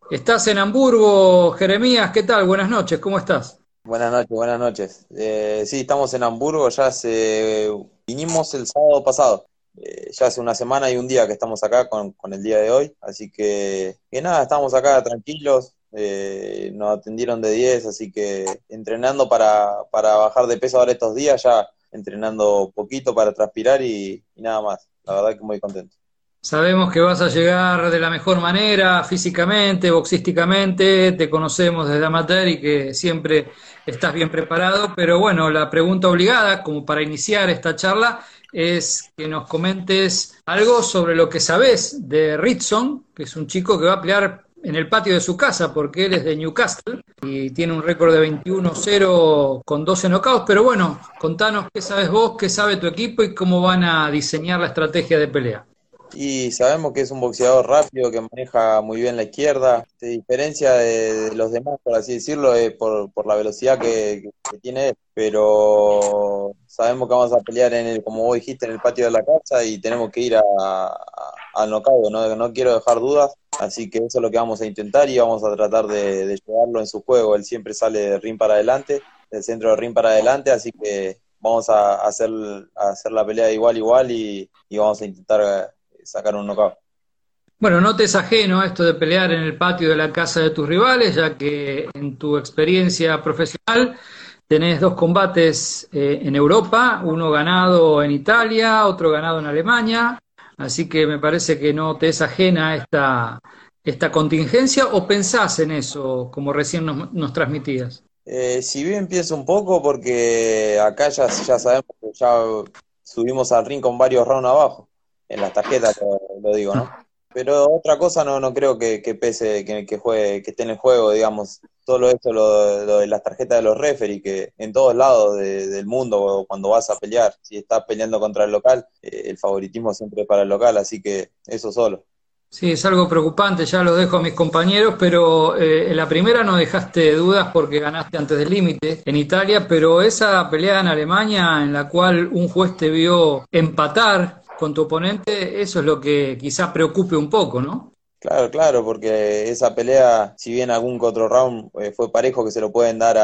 Estás en Hamburgo, Jeremías, ¿qué tal? Buenas noches, ¿cómo estás? Buenas noches, buenas noches. Sí, estamos en Hamburgo, vinimos el sábado pasado. Ya hace una semana y un día que estamos acá con el día de hoy, así que nada, estamos acá tranquilos, nos atendieron de 10, así que entrenando para bajar de peso ahora estos días, ya entrenando poquito para transpirar y nada más. La verdad que muy contento. Sabemos que vas a llegar de la mejor manera, físicamente, boxísticamente, te conocemos desde amateur y que siempre estás bien preparado, pero bueno, la pregunta obligada, como para iniciar esta charla, es que nos comentes algo sobre lo que sabés de Ritson, que es un chico que va a pelear en el patio de su casa, porque él es de Newcastle y tiene un récord de 21-0 con 12 knockouts, pero bueno, contanos qué sabes vos, qué sabe tu equipo y cómo van a diseñar la estrategia de pelea. Y sabemos que es un boxeador rápido, que maneja muy bien la izquierda. Se diferencia de los demás, por así decirlo, por la velocidad que tiene él. Pero sabemos que vamos a pelear como vos dijiste, en el patio de la casa y tenemos que ir al knockout. No quiero dejar dudas, así que eso es lo que vamos a intentar y vamos a tratar de llevarlo en su juego. Él siempre sale de ring para adelante, del centro del ring para adelante, así que vamos a hacer la pelea de igual a igual y vamos a intentar sacar un knockout. Bueno, no te es ajeno a esto de pelear en el patio de la casa de tus rivales, ya que en tu experiencia profesional tenés dos combates en Europa, uno ganado en Italia, otro ganado en Alemania, así que me parece que no te es ajena esta contingencia o pensás en eso, como recién nos transmitías. Si bien pienso un poco, porque acá ya sabemos que ya subimos al ring con varios rounds abajo, en las tarjetas lo digo, ¿no? Pero otra cosa no creo que pese, que juegue, que esté en el juego, digamos, solo eso lo de las tarjetas de los referees, que en todos lados del mundo, cuando vas a pelear, si estás peleando contra el local, el favoritismo siempre es para el local, así que eso solo. Sí, es algo preocupante, ya lo dejo a mis compañeros, pero en la primera no dejaste dudas porque ganaste antes del límite en Italia, pero esa pelea en Alemania en la cual un juez te vio empatar con tu oponente, eso es lo que quizá preocupe un poco, ¿no? Claro, claro, porque esa pelea, si bien algún que otro round fue parejo que se lo pueden dar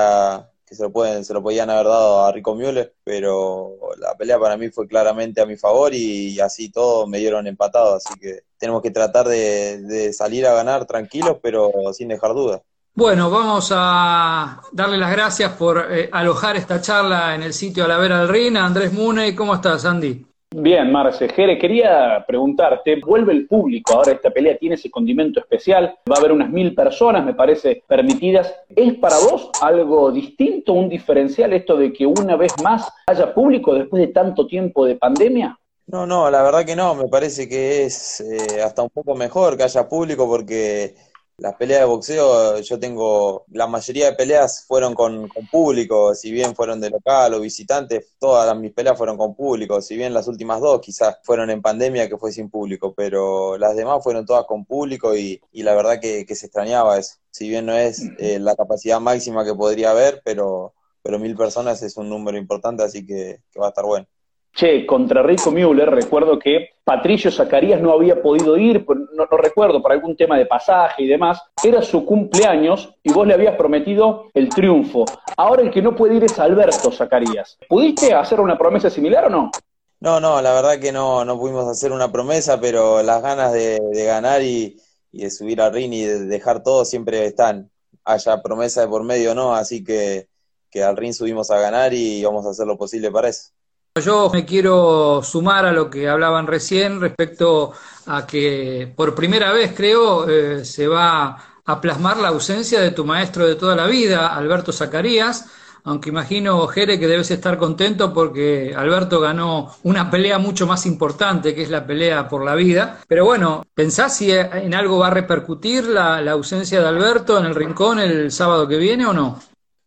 se lo podían haber dado a Rico Müller, pero la pelea para mí fue claramente a mi favor y así todo me dieron empatado, así que tenemos que tratar de salir a ganar tranquilos, pero sin dejar dudas. Bueno, vamos a darle las gracias por alojar esta charla en el sitio a la vera del Rin. Andrés Muney, ¿cómo estás, Andy? Bien, Marce, Jere, quería preguntarte, vuelve el público, ahora esta pelea tiene ese condimento especial, va a haber unas 1000 personas, me parece, permitidas. ¿Es para vos algo distinto, un diferencial esto de que una vez más haya público después de tanto tiempo de pandemia? No, la verdad que no, me parece que es hasta un poco mejor que haya público porque las peleas de boxeo, la mayoría de peleas fueron con público, si bien fueron de local o visitantes, mis peleas fueron con público, si bien las últimas dos quizás fueron en pandemia que fue sin público, pero las demás fueron todas con público y la verdad que se extrañaba eso, si bien no es la capacidad máxima que podría haber, pero 1000 personas es un número importante, así que va a estar bueno. Che, contra Rico Müller, recuerdo que Patricio Zacarías no había podido ir, no recuerdo, por algún tema de pasaje y demás. Era su cumpleaños y vos le habías prometido el triunfo. Ahora el que no puede ir es Alberto Zacarías. ¿Pudiste hacer una promesa similar o no? No, la verdad que no pudimos hacer una promesa, pero las ganas de ganar y de subir al ring y de dejar todo siempre están. Haya promesa de por medio o no, así que al ring subimos a ganar y vamos a hacer lo posible para eso. Yo me quiero sumar a lo que hablaban recién respecto a que por primera vez, creo, se va a plasmar la ausencia de tu maestro de toda la vida, Alberto Zacarías, aunque imagino, Jere, que debes estar contento porque Alberto ganó una pelea mucho más importante, que es la pelea por la vida. Pero bueno, ¿pensás si en algo va a repercutir la ausencia de Alberto en el Rincón el sábado que viene o no?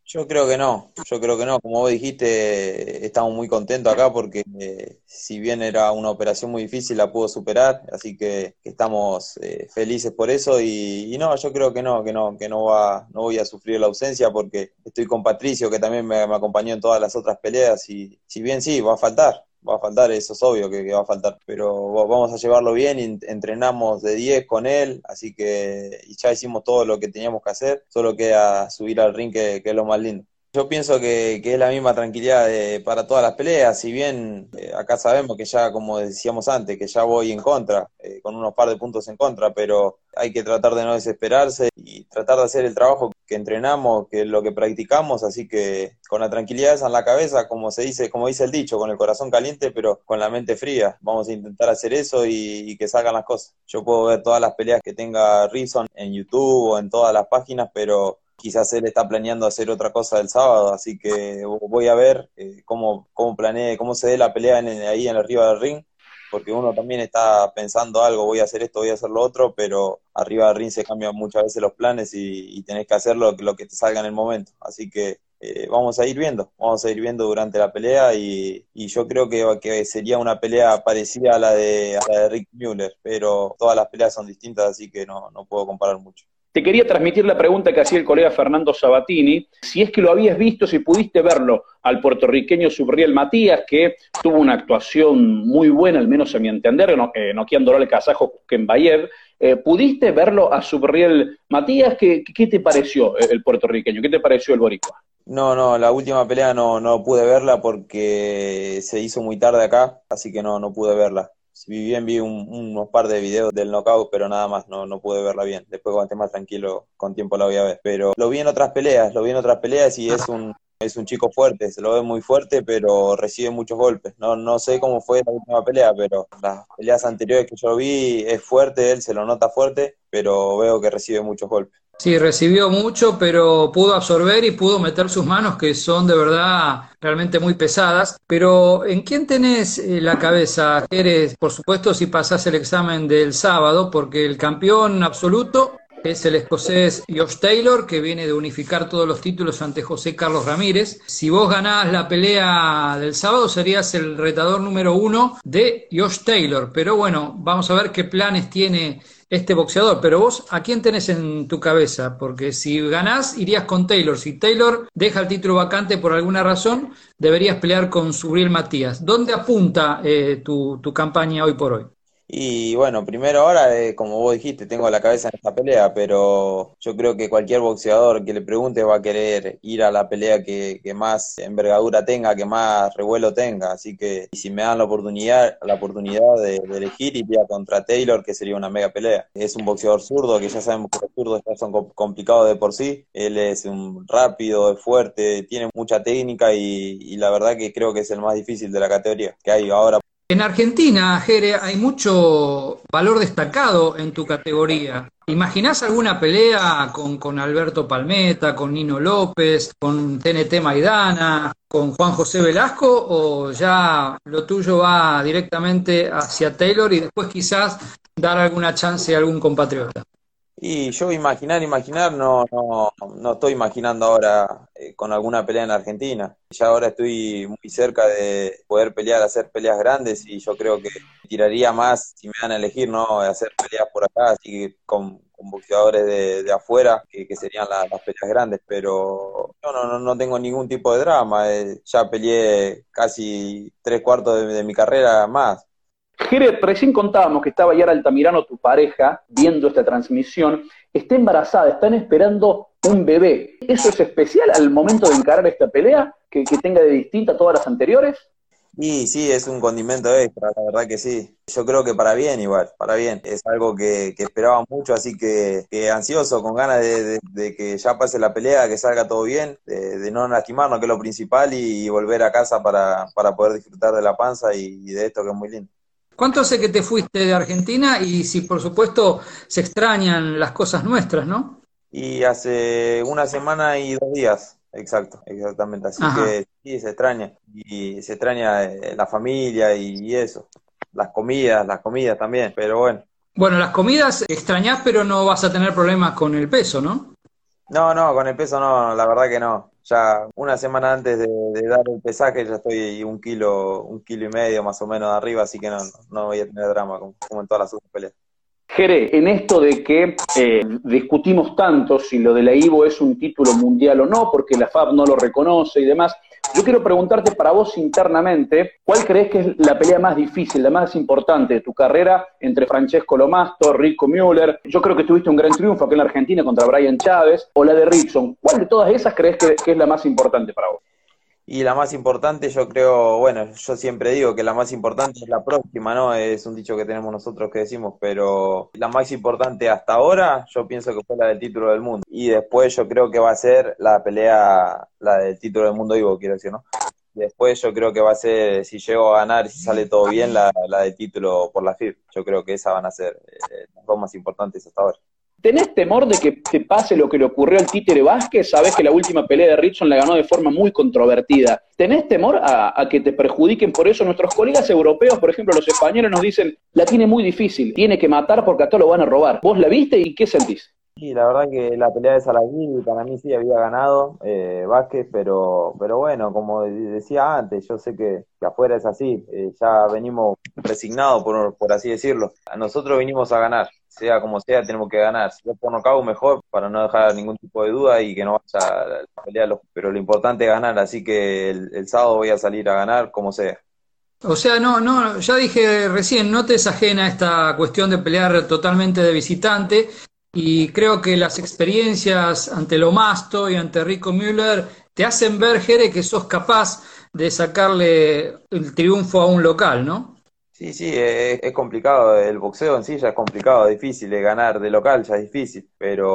Yo creo que no, como vos dijiste, estamos muy contentos acá porque si bien era una operación muy difícil, la pudo superar, así que estamos felices por eso y no, yo creo que no voy a sufrir la ausencia porque estoy con Patricio, que también me acompañó en todas las otras peleas y si bien sí, va a faltar, va a faltar, eso es obvio que va a faltar, pero vamos a llevarlo bien, entrenamos de 10 con él, así que y ya hicimos todo lo que teníamos que hacer, solo queda subir al ring que es lo más lindo. Yo pienso que es la misma tranquilidad para todas las peleas, si bien acá sabemos que ya, como decíamos antes, que ya voy en contra, con unos par de puntos en contra, pero hay que tratar de no desesperarse y tratar de hacer el trabajo que entrenamos, que es lo que practicamos, así que con la tranquilidad esa en la cabeza, como dice el dicho, con el corazón caliente, pero con la mente fría. Vamos a intentar hacer eso y que salgan las cosas. Yo puedo ver todas las peleas que tenga Rizon en YouTube o en todas las páginas, pero quizás él está planeando hacer otra cosa el sábado, así que voy a ver cómo planee, cómo se dé la pelea ahí en arriba del ring, porque uno también está pensando algo, voy a hacer esto, voy a hacer lo otro, pero arriba del ring se cambian muchas veces los planes y tenés que hacer lo que te salga en el momento. Así que vamos a ir viendo durante la pelea y yo creo que sería una pelea parecida a la de Rick Müller, pero todas las peleas son distintas, así que no puedo comparar mucho. Te quería transmitir la pregunta que hacía el colega Fernando Sabatini, si es que lo habías visto, si pudiste verlo al puertorriqueño Subriel Matías, que tuvo una actuación muy buena, al menos a mi entender, noqueándolo al kazajo Kukembayev. ¿Pudiste verlo a Subriel Matías? ¿Qué te pareció el puertorriqueño? ¿Qué te pareció el boricua? No, la última pelea no pude verla porque se hizo muy tarde acá, así que no pude verla. Vi unos par de videos del knockout, pero nada más, no pude verla bien. Después cuando esté más tranquilo, con tiempo la voy a ver. Pero lo vi en otras peleas y es un chico fuerte, se lo ve muy fuerte, pero recibe muchos golpes. No sé cómo fue la última pelea, pero las peleas anteriores que yo vi es fuerte, él se lo nota fuerte, pero veo que recibe muchos golpes. Sí, recibió mucho, pero pudo absorber y pudo meter sus manos, que son de verdad realmente muy pesadas. Pero ¿en quién tenés la cabeza, Jerez? Por supuesto, si pasás el examen del sábado, porque el campeón absoluto es el escocés Josh Taylor, que viene de unificar todos los títulos ante José Carlos Ramírez. Si vos ganás la pelea del sábado, serías el retador número 1 de Josh Taylor. Pero bueno, vamos a ver qué planes tiene este boxeador, pero vos, ¿a quién tenés en tu cabeza? Porque si ganás, irías con Taylor. Si Taylor deja el título vacante por alguna razón, deberías pelear con Subriel Matías. ¿Dónde apunta tu campaña hoy por hoy? Y bueno, primero ahora, como vos dijiste, tengo la cabeza en esta pelea, pero yo creo que cualquier boxeador que le pregunte va a querer ir a la pelea que más envergadura tenga, que más revuelo tenga. Así que y si me dan la oportunidad de elegir, iría contra Taylor, que sería una mega pelea. Es un boxeador zurdo, que ya sabemos que los zurdos ya son complicados de por sí. Él es un rápido, es fuerte, tiene mucha técnica y la verdad que creo que es el más difícil de la categoría que hay ahora. En Argentina, Jere, hay mucho valor destacado en tu categoría. ¿Imaginás alguna pelea con Alberto Palmeta, con Nino López, con TNT Maidana, con Juan José Velasco, o ya lo tuyo va directamente hacia Taylor y después quizás dar alguna chance a algún compatriota? Y yo imaginar, no estoy imaginando ahora con alguna pelea en Argentina. Ya ahora estoy muy cerca de poder pelear, hacer peleas grandes y yo creo que tiraría más, si me dan a elegir, ¿no? Hacer peleas por acá, así que con boxeadores de afuera, que serían las peleas grandes, pero yo no tengo ningún tipo de drama. Ya peleé casi 3/4 de mi carrera más. Jere, recién contábamos que estaba Yara Altamirano, tu pareja, viendo esta transmisión. Está embarazada, están esperando un bebé. ¿Eso es especial al momento de encarar esta pelea? ¿Que tenga de distinta a todas las anteriores? Y sí, es un condimento extra, la verdad que sí. Yo creo que para bien igual, para bien. Es algo que esperaba mucho, así que ansioso, con ganas de que ya pase la pelea, que salga todo bien, de no lastimarnos, que es lo principal, y volver a casa para poder disfrutar de la panza y de esto que es muy lindo. ¿Cuánto hace que te fuiste de Argentina? Y si por supuesto se extrañan las cosas nuestras, ¿no? Y hace una semana y 2 días, exactamente. Así Ajá. que sí, se extraña. Y se extraña la familia y eso. Las comidas también, pero bueno. Bueno, las comidas extrañás, pero no vas a tener problemas con el peso, ¿no? No, con el peso no, la verdad que no. Ya una semana antes de dar el pesaje ya estoy 1 kilo y medio más o menos de arriba, así que no voy a tener drama como en todas las otras peleas. Jere, en esto de que discutimos tanto si lo de la Ivo es un título mundial o no, porque la FAB no lo reconoce y demás, yo quiero preguntarte para vos internamente, ¿cuál crees que es la pelea más difícil, la más importante de tu carrera entre Francesco Lomasto, Rico Müller? Yo creo que tuviste un gran triunfo aquí en la Argentina contra Brian Chávez, o la de Rickson. ¿Cuál de todas esas crees que es la más importante para vos? Y la más importante, yo creo, bueno, yo siempre digo que la más importante es la próxima, ¿no? Es un dicho que tenemos nosotros que decimos, pero la más importante hasta ahora, yo pienso que fue la del título del mundo. Y después yo creo que va a ser la pelea, la del título del mundo vivo, quiero decir, ¿no? Después yo creo que va a ser, si llego a ganar y si sale todo bien, la del título por la FIB. Yo creo que esas van a ser las dos más importantes hasta ahora. ¿Tenés temor de que te pase lo que le ocurrió al Títere Vázquez? Sabés que la última pelea de Rickson la ganó de forma muy controvertida. ¿Tenés temor a que te perjudiquen por eso? Nuestros colegas europeos, por ejemplo, los españoles nos dicen, la tiene muy difícil, tiene que matar porque a todos lo van a robar. ¿Vos la viste y qué sentís? Sí, la verdad que la pelea de Saladín para mí sí había ganado Vázquez, pero bueno, como decía antes, yo sé que afuera es así, ya venimos resignados, por así decirlo. Nosotros vinimos a ganar, sea como sea, tenemos que ganar. Si es por nocaut, mejor, para no dejar ningún tipo de duda y que no vaya la pelea, pero lo importante es ganar, así que el sábado voy a salir a ganar como sea. O sea, no, ya dije recién, no te es ajena esta cuestión de pelear totalmente de visitante. Y creo que las experiencias ante Lomasto y ante Rico Müller te hacen ver, Jere, que sos capaz de sacarle el triunfo a un local, ¿no? Sí, es complicado, el boxeo en sí ya es complicado, es difícil, ganar de local ya es difícil,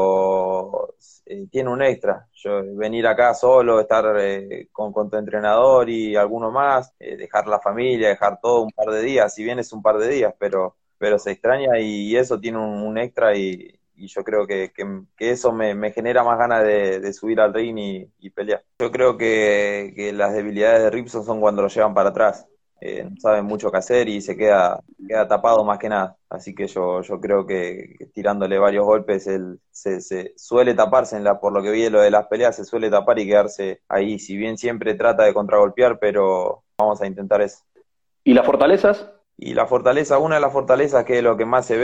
pero tiene un extra. Yo venir acá solo, estar con tu entrenador y alguno más, dejar la familia, dejar todo un par de días, si bien es un par de días, pero se extraña y eso tiene un extra y yo creo que eso me genera más ganas de subir al ring y pelear. Yo creo que las debilidades de Rickson son cuando lo llevan para atrás. No sabe mucho qué hacer y se queda tapado más que nada. Así que yo creo que tirándole varios golpes él se suele taparse, por lo que vi lo de las peleas, se suele tapar y quedarse ahí. Si bien siempre trata de contragolpear, pero vamos a intentar eso. ¿Y las fortalezas? Y la fortaleza, una de las fortalezas que lo que más se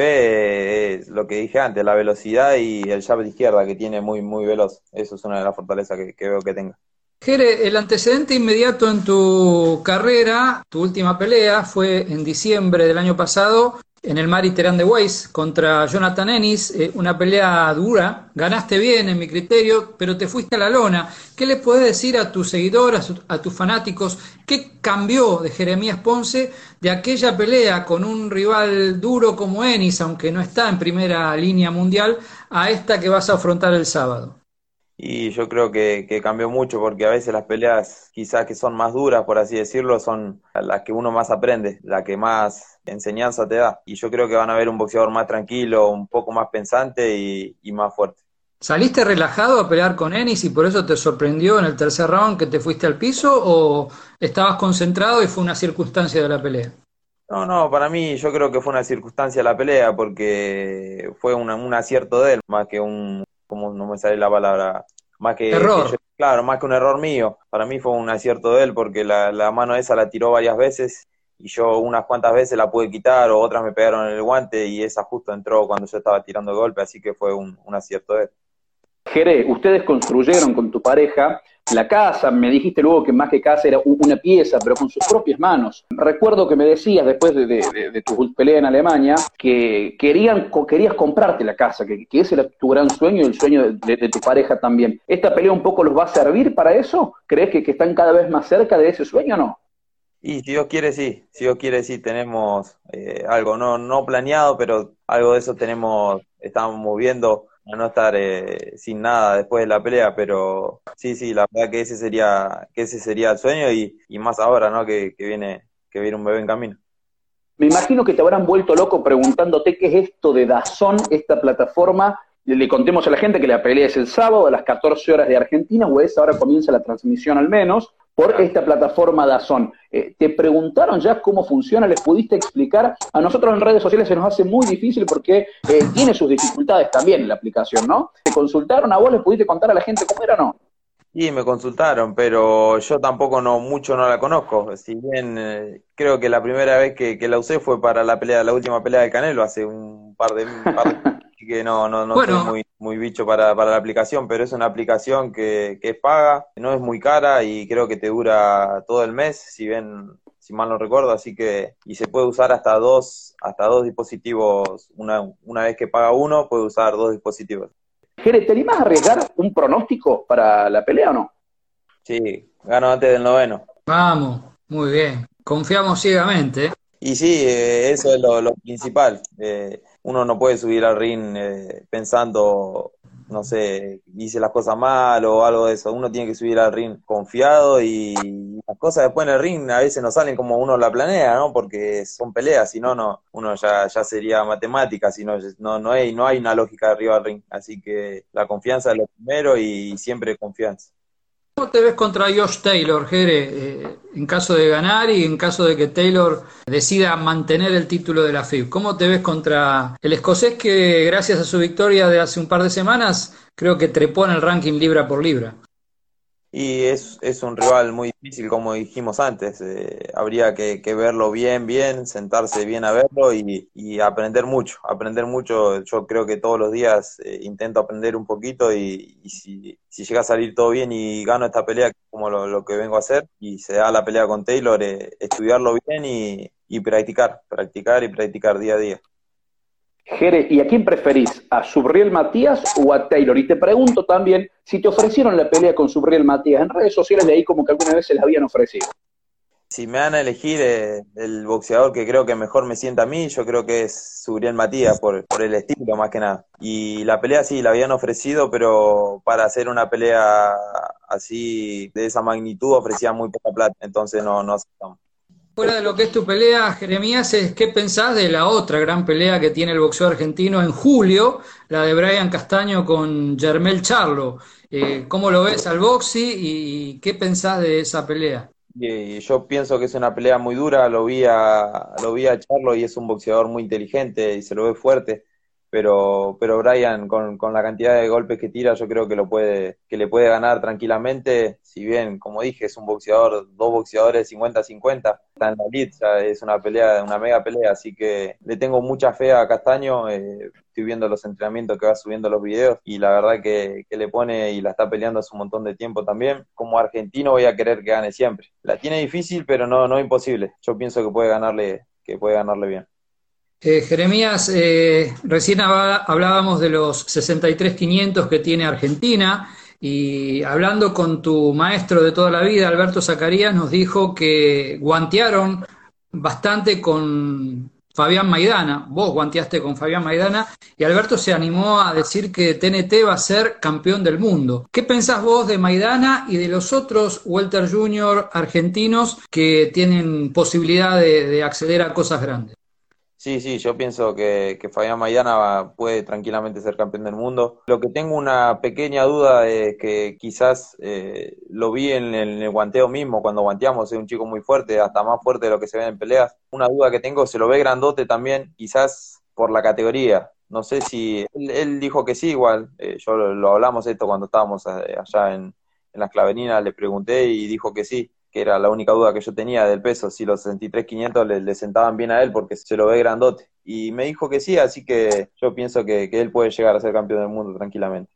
ve es lo que dije antes, la velocidad y el jab de izquierda que tiene muy, muy veloz. Eso es una de las fortalezas que veo que tenga. Jere, el antecedente inmediato en tu carrera, tu última pelea, fue en diciembre del año pasado en el Mari Terán de Weiss contra Jonathan Ennis, una pelea dura, ganaste bien en mi criterio, pero te fuiste a la lona. ¿Qué le podés decir a tus seguidores, a tus fanáticos? ¿Qué cambió de Jeremías Ponce de aquella pelea con un rival duro como Ennis, aunque no está en primera línea mundial, a esta que vas a afrontar el sábado? Y yo creo que cambió mucho porque a veces las peleas quizás que son más duras, por así decirlo, son las que uno más aprende, la que más enseñanza te da. Y yo creo que van a ver un boxeador más tranquilo, un poco más pensante y más fuerte. ¿Saliste relajado a pelear con Ennis y por eso te sorprendió en el tercer round que te fuiste al piso o estabas concentrado y fue una circunstancia de la pelea? No, para mí yo creo que fue una circunstancia la pelea porque fue un acierto de él, más que como no me sale la palabra, más Error. claro, más que un error mío. Para mí fue un acierto de él porque la mano esa la tiró varias veces y yo unas cuantas veces la pude quitar o otras me pegaron en el guante y esa justo entró cuando yo estaba tirando el golpe, así que fue un acierto de él. Jere, ustedes construyeron con tu pareja la casa, me dijiste luego que más que casa era una pieza, pero con sus propias manos. Recuerdo que me decías después de tu pelea en Alemania que querías comprarte la casa, que ese era tu gran sueño y el sueño de tu pareja también. ¿Esta pelea un poco los va a servir para eso? ¿Crees que están cada vez más cerca de ese sueño o no? Y si Dios quiere, sí. Si Dios quiere, sí. Tenemos algo no planeado, pero algo de eso estamos viendo a no estar sin nada después de la pelea, pero sí, la verdad que ese sería el sueño y más ahora, ¿no? Que viene un bebé en camino. Me imagino que te habrán vuelto loco preguntándote qué es esto de DAZN, esta plataforma. Le contemos a la gente que la pelea es el sábado a las 14 horas de Argentina, o ahora comienza la transmisión al menos, por esta plataforma DAZN. ¿Te preguntaron ya cómo funciona? ¿Les pudiste explicar? A nosotros en redes sociales se nos hace muy difícil porque tiene sus dificultades también la aplicación, ¿no? ¿Te consultaron a vos? ¿Les pudiste contar a la gente cómo era o no? Y me consultaron, pero yo tampoco mucho no la conozco. Si bien creo que la primera vez que la usé fue para la última pelea de Canelo hace un par de así que no soy Bueno, muy bicho para la aplicación, pero es una aplicación que es paga, no es muy cara y creo que te dura todo el mes, si mal no recuerdo, así que, y se puede usar hasta dos dispositivos, una vez que paga uno, puede usar dos dispositivos. Jere, ¿te animás a arriesgar un pronóstico para la pelea o no? Sí, gano antes del noveno. vamos, muy bien. Confiamos ciegamente, ¿eh? Y sí, eso es lo principal. Uno no puede subir al ring pensando, no sé, hice las cosas mal o algo de eso. Uno tiene que subir al ring confiado y las cosas después en el ring a veces no salen como uno la planea, ¿no? Porque son peleas, si no, uno ya sería matemática, si no, no hay una lógica arriba del ring. Así que la confianza es lo primero y siempre confianza. ¿Cómo te ves contra Josh Taylor, Jere, en caso de ganar y en caso de que Taylor decida mantener el título de la FIB? ¿Cómo te ves contra el escocés que, gracias a su victoria de hace un par de semanas, creo que trepó en el ranking libra por libra? Y es un rival muy difícil, como dijimos antes. Habría que verlo bien, sentarse bien a verlo y aprender mucho. Aprender mucho, yo creo que todos los días intento aprender un poquito y si llega a salir todo bien y gano esta pelea, que es como lo que vengo a hacer, y se da la pelea con Taylor, estudiarlo bien y practicar y practicar día a día. Jere, ¿y a quién preferís? ¿A Subriel Matías o a Taylor? Y te pregunto también si te ofrecieron la pelea con Subriel Matías. En redes sociales de ahí como que alguna vez se la habían ofrecido. Si me van a elegir el boxeador que creo que mejor me sienta a mí, yo creo que es Subriel Matías, por el estilo más que nada. Y la pelea sí, la habían ofrecido, pero para hacer una pelea así, de esa magnitud, ofrecían muy poca plata, entonces no aceptamos. Fuera de lo que es tu pelea, Jeremías, ¿qué pensás de la otra gran pelea que tiene el boxeo argentino en julio, la de Brian Castaño con Jermel Charlo? ¿Cómo lo ves al boxy y qué pensás de esa pelea? Y yo pienso que es una pelea muy dura, lo vi a Charlo y es un boxeador muy inteligente y se lo ve fuerte, pero Brian con la cantidad de golpes que tira yo creo que le puede ganar tranquilamente, si bien, como dije, es un boxeador, dos boxeadores 50-50, está en la elite, ya es una pelea, una mega pelea, así que le tengo mucha fe a Castaño, estoy viendo los entrenamientos que va subiendo los videos y la verdad que le pone y la está peleando hace un montón de tiempo también. Como argentino voy a querer que gane siempre. La tiene difícil, pero no imposible. Yo pienso que puede ganarle bien. Jeremías, recién hablábamos de los 63.500 que tiene Argentina y hablando con tu maestro de toda la vida, Alberto Zacarías, nos dijo que guantearon bastante con Fabián Maidana. Vos guanteaste con Fabián Maidana y Alberto se animó a decir que TNT va a ser campeón del mundo. ¿Qué pensás vos de Maidana y de los otros Welter Junior argentinos que tienen posibilidad de acceder a cosas grandes? Sí, sí, yo pienso que Fabián Maidana puede tranquilamente ser campeón del mundo. Lo que tengo una pequeña duda es que quizás lo vi en el guanteo mismo, cuando guanteamos, es un chico muy fuerte, hasta más fuerte de lo que se ve en peleas. Una duda que tengo, se lo ve grandote también, quizás por la categoría. No sé si él dijo que sí, igual. Yo lo hablamos esto cuando estábamos allá en las Claverinas, le pregunté y dijo que sí, que era la única duda que yo tenía del peso, si los 63.500 le sentaban bien a él porque se lo ve grandote. Y me dijo que sí, así que yo pienso que él puede llegar a ser campeón del mundo tranquilamente.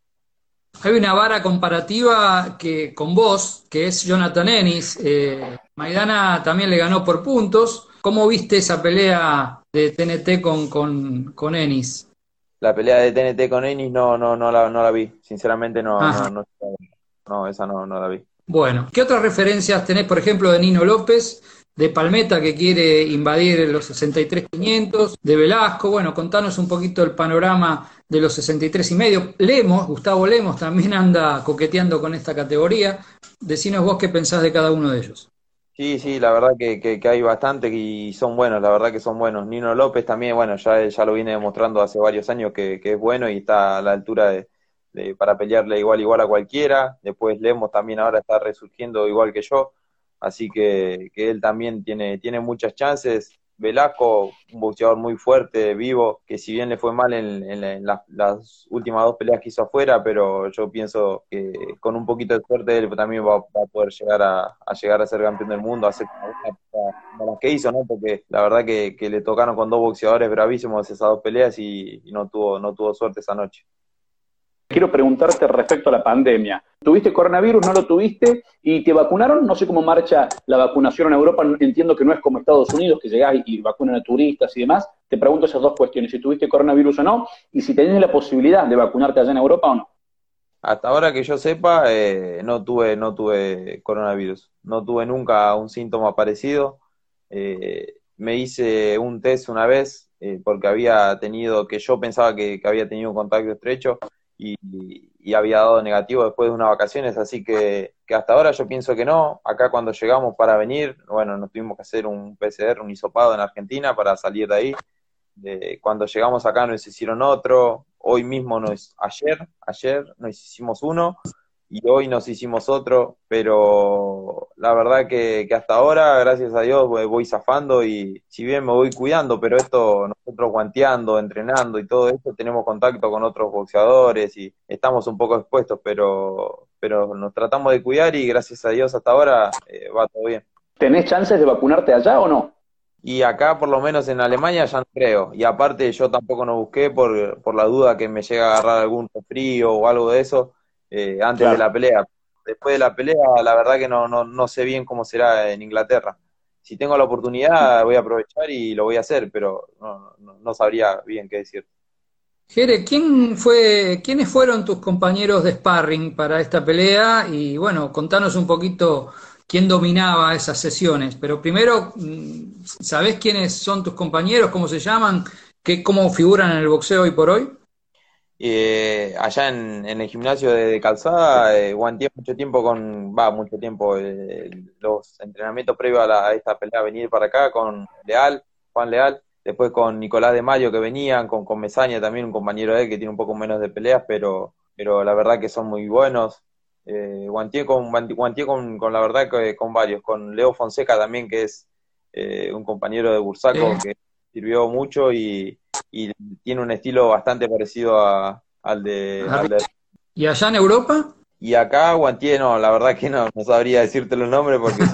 Hay una vara comparativa que con vos, que es Jonathan Ennis. Maidana también le ganó por puntos. ¿Cómo viste esa pelea de TNT con Ennis? La pelea de TNT con Ennis no la vi, sinceramente Ajá. no, esa no la vi. Bueno, ¿qué otras referencias tenés, por ejemplo, de Nino López, de Palmeta que quiere invadir los 63.500, de Velasco? Bueno, contanos un poquito el panorama de los 63.500. Lemos, Gustavo Lemos también anda coqueteando con esta categoría. Decinos vos qué pensás de cada uno de ellos. Sí, sí, la verdad que hay bastante y son buenos, la verdad que son buenos. Nino López también, bueno, ya lo viene demostrando hace varios años que es bueno y está a la altura para pelearle igual a cualquiera. Después Lemos también ahora está resurgiendo igual que yo, así que él también tiene muchas chances. Velasco, un boxeador muy fuerte, vivo, que si bien le fue mal en las últimas 2 peleas que hizo afuera, pero yo pienso que con un poquito de suerte él también va a poder llegar a ser campeón del mundo, a hacer como las que hizo, ¿no? Porque la verdad que le tocaron con 2 boxeadores bravísimos esas 2 peleas y no tuvo suerte esa noche. Quiero preguntarte respecto a la pandemia. ¿Tuviste coronavirus? ¿No lo tuviste? ¿Y te vacunaron? No sé cómo marcha la vacunación en Europa. Entiendo que no es como Estados Unidos, que llegás y vacunan a turistas y demás. Te pregunto esas 2 cuestiones, si tuviste coronavirus o no, y si tenés la posibilidad de vacunarte allá en Europa o no. Hasta ahora que yo sepa, no tuve coronavirus. No tuve nunca un síntoma parecido. Me hice un test una vez porque yo pensaba que había tenido un contacto estrecho y había dado negativo después de unas vacaciones, así que hasta ahora yo pienso que no. Acá cuando llegamos para venir, bueno, nos tuvimos que hacer un PCR, un hisopado en Argentina para salir de ahí. Cuando llegamos acá nos hicieron otro, hoy mismo ayer nos hicimos uno y hoy nos hicimos otro, pero la verdad que hasta ahora, gracias a Dios, voy zafando y si bien me voy cuidando, pero nosotros guanteando, entrenando y todo esto, tenemos contacto con otros boxeadores y estamos un poco expuestos, pero nos tratamos de cuidar y gracias a Dios hasta ahora va todo bien. ¿Tenés chances de vacunarte allá o no? Y acá, por lo menos en Alemania, ya no creo. Y aparte, yo tampoco no busqué por la duda que me llega a agarrar algún resfrío o algo de eso antes de la pelea. Después de la pelea, la verdad que no sé bien cómo será en Inglaterra. Si tengo la oportunidad, voy a aprovechar y lo voy a hacer, pero no sabría bien qué decir. Jere, ¿quiénes fueron tus compañeros de sparring para esta pelea? Y bueno, contanos un poquito quién dominaba esas sesiones. Pero primero, ¿sabés quiénes son tus compañeros? ¿Cómo se llaman? ¿Cómo figuran en el boxeo hoy por hoy? Allá en el gimnasio de Calzada, guanteé mucho tiempo, los entrenamientos previos a esta pelea, venir para acá con Juan Leal, después con Nicolás de Mayo que venían, con Mezaña también, un compañero de él que tiene un poco menos de peleas, pero la verdad que son muy buenos. Guanteé con la verdad que con varios, con Leo Fonseca también, que es un compañero de Bursaco que sirvió mucho y tiene un estilo bastante parecido al de... ¿Y allá en Europa? Y acá guanteé, no, la verdad que no sabría decirte los nombres porque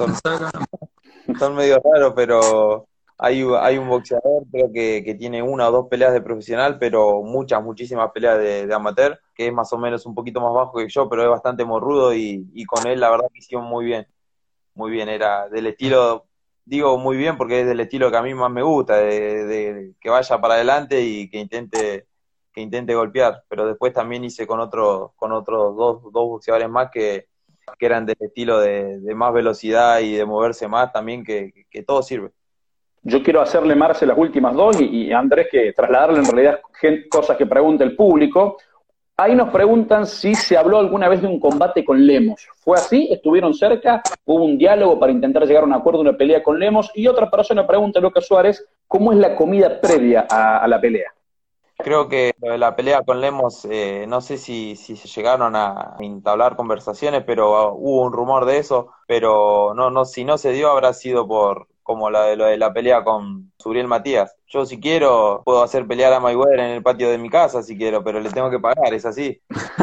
son medio raros, pero hay un boxeador, creo que tiene 1 o 2 peleas de profesional, pero muchísimas peleas de amateur, que es más o menos un poquito más bajo que yo, pero es bastante morrudo y con él la verdad que hicieron muy bien, era del estilo, digo muy bien porque es del estilo que a mí más me gusta, de que vaya para adelante y que intente golpear, pero después también hice con otros dos boxeadores más que eran del estilo de más velocidad y de moverse más también, que todo sirve. Yo quiero hacerle, Marce, las últimas 2 y Andrés que trasladarle en realidad cosas que pregunta el público. Ahí nos preguntan si se habló alguna vez de un combate con Lemos. ¿Fue así? ¿Estuvieron cerca? ¿Hubo un diálogo para intentar llegar a un acuerdo, una pelea con Lemos? Y otra persona pregunta, Lucas Suárez, ¿cómo es la comida previa a la pelea? Creo que lo de la pelea con Lemos, no sé si se llegaron a entablar conversaciones, pero hubo un rumor de eso, pero si no se dio habrá sido como lo de la pelea con Suriel Matías. Yo si quiero puedo hacer pelear a Mayweather en el patio de mi casa si quiero, pero le tengo que pagar, es así.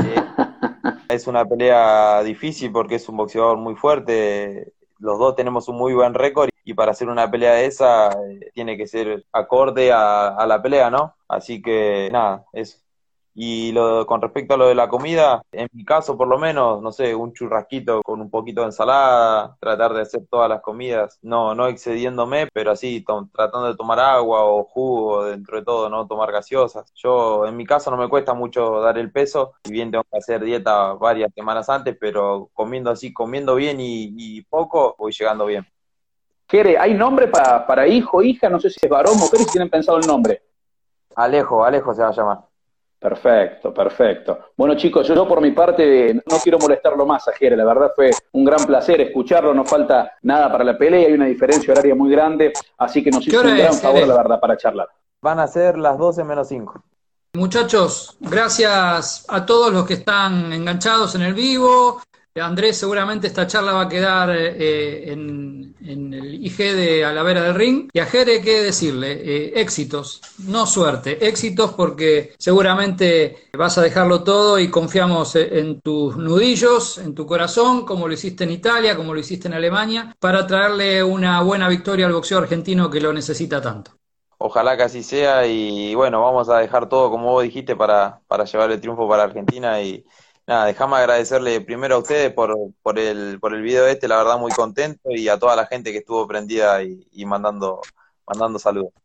Es una pelea difícil porque es un boxeador muy fuerte, los dos tenemos un muy buen récord y para hacer una pelea de esa tiene que ser acorde a la pelea, ¿no? Así que nada, eso. Y con respecto a lo de la comida, en mi caso por lo menos, no sé, un churrasquito con un poquito de ensalada, tratar de hacer todas las comidas, no excediéndome, pero así tratando de tomar agua o jugo, dentro de todo, no tomar gaseosas. Yo, en mi caso no me cuesta mucho dar el peso, si bien tengo que hacer dieta varias semanas antes, pero comiendo bien y poco, voy llegando bien. Jere, ¿hay nombre para hijo, hija? No sé si es varón, mujer, si tienen pensado el nombre. Alejo se va a llamar. Perfecto. Bueno, chicos, yo por mi parte no quiero molestarlo más a Jere, la verdad fue un gran placer escucharlo, no falta nada para la pelea, hay una diferencia horaria muy grande, así que nos hizo un gran favor, la verdad, para charlar. Van a ser las 12 menos 5. Muchachos, gracias a todos los que están enganchados en el vivo, Andrés, seguramente esta charla va a quedar en el IG de A la Vera del Ring. Y a Jere, ¿qué decirle? Éxitos, no suerte, éxitos porque seguramente vas a dejarlo todo y confiamos en tus nudillos, en tu corazón, como lo hiciste en Italia, como lo hiciste en Alemania, para traerle una buena victoria al boxeo argentino que lo necesita tanto. Ojalá que así sea y bueno, vamos a dejar todo como vos dijiste para llevar el triunfo para Argentina y nada, déjame agradecerle primero a ustedes por el video este, la verdad muy contento y a toda la gente que estuvo prendida y mandando saludos.